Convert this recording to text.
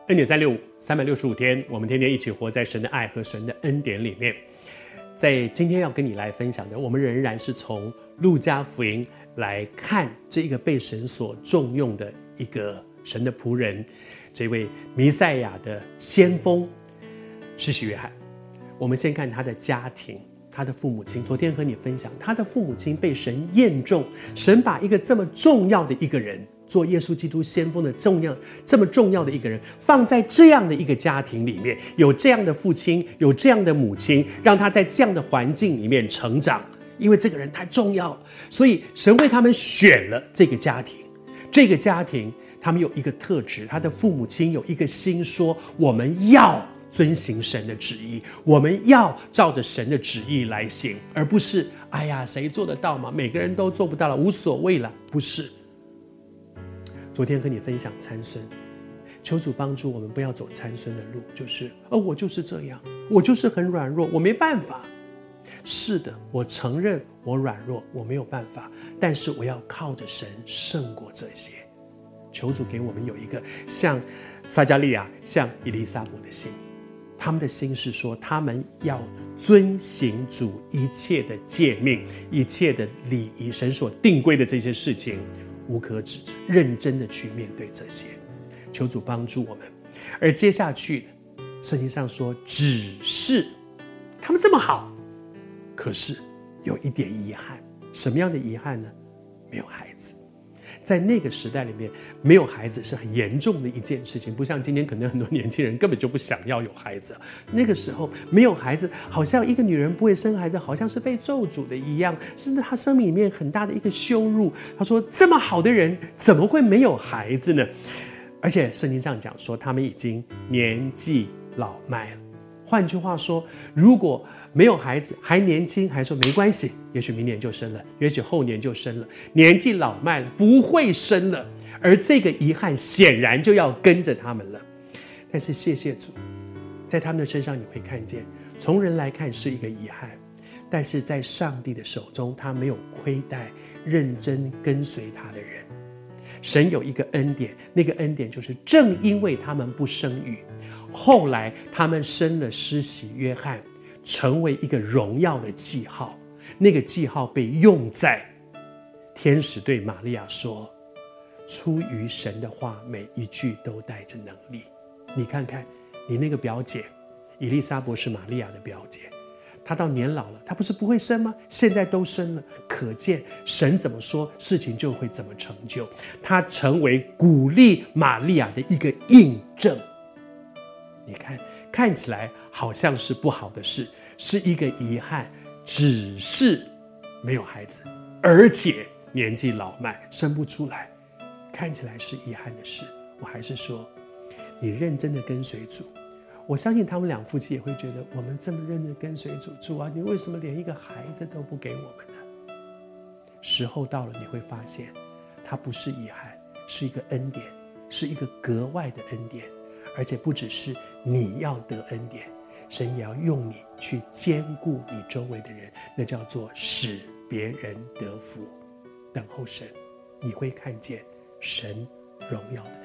恩典365 365天，我们天天一起活在神的爱和神的恩典里面。在今天要跟你来分享的，我们仍然是从路加福音来看这一个被神所重用的一个神的仆人，这位弥赛亚的先锋施洗约翰。我们先看他的家庭，他的父母亲。昨天和你分享，他的父母亲被神验中，神把一个这么重要的一个人，做耶稣基督先锋的这么重要的一个人，放在这样的一个家庭里面，有这样的父亲，有这样的母亲，让他在这样的环境里面成长。因为这个人太重要了，所以神为他们选了这个家庭。这个家庭他们有一个特质，他的父母亲有一个心说，我们要遵行神的旨意，我们要照着神的旨意来行，而不是哎呀谁做得到嘛，每个人都做不到了，无所谓了。不是。昨天和你分享参孙，求主帮助我们不要走参孙的路，就是我就是这样，我就是很软弱，我没办法。是的，我承认我软弱，我没有办法，但是我要靠着神胜过这些。求主给我们有一个像撒迦利亚、像以利撒伯的心，他们的心是说，他们要遵行主一切的诫命，一切的礼仪，神所定规的这些事情无可指责，认真的去面对这些。求主帮助我们。而接下去圣经上说，只是他们这么好，可是有一点遗憾。什么样的遗憾呢？没有孩子。在那个时代里面，没有孩子是很严重的一件事情，不像今天可能很多年轻人根本就不想要有孩子。那个时候没有孩子，好像一个女人不会生孩子，好像是被咒诅的一样，是她生命里面很大的一个羞辱。她说，这么好的人怎么会没有孩子呢？而且圣经上讲说，他们已经年纪老迈了。换句话说，如果没有孩子还年轻，还说没关系，也许明年就生了，也许后年就生了，年纪老迈了不会生了，而这个遗憾显然就要跟着他们了。但是谢谢主，在他们的身上你会看见，从人来看是一个遗憾，但是在上帝的手中，他没有亏待认真跟随他的人。神有一个恩典，那个恩典就是正因为他们不生育，后来他们生了施洗约翰，成为一个荣耀的记号。那个记号被用在天使对玛利亚说，出于神的话每一句都带着能力。你看看你那个表姐以利沙伯是玛利亚的表姐，她到年老了，她不是不会生吗？现在都生了，可见神怎么说，事情就会怎么成就。她成为鼓励玛利亚的一个印证。你看起来好像是不好的事，是一个遗憾，只是没有孩子，而且年纪老迈，生不出来，看起来是遗憾的事。我还是说，你认真的跟随主，我相信他们两夫妻也会觉得，我们这么认真跟随主啊，你为什么连一个孩子都不给我们呢？时候到了，你会发现它不是遗憾，是一个恩典，是一个格外的恩典。而且不只是你要得恩典，神也要用你去兼顾你周围的人，那叫做使别人得福。等候神，你会看见神荣耀的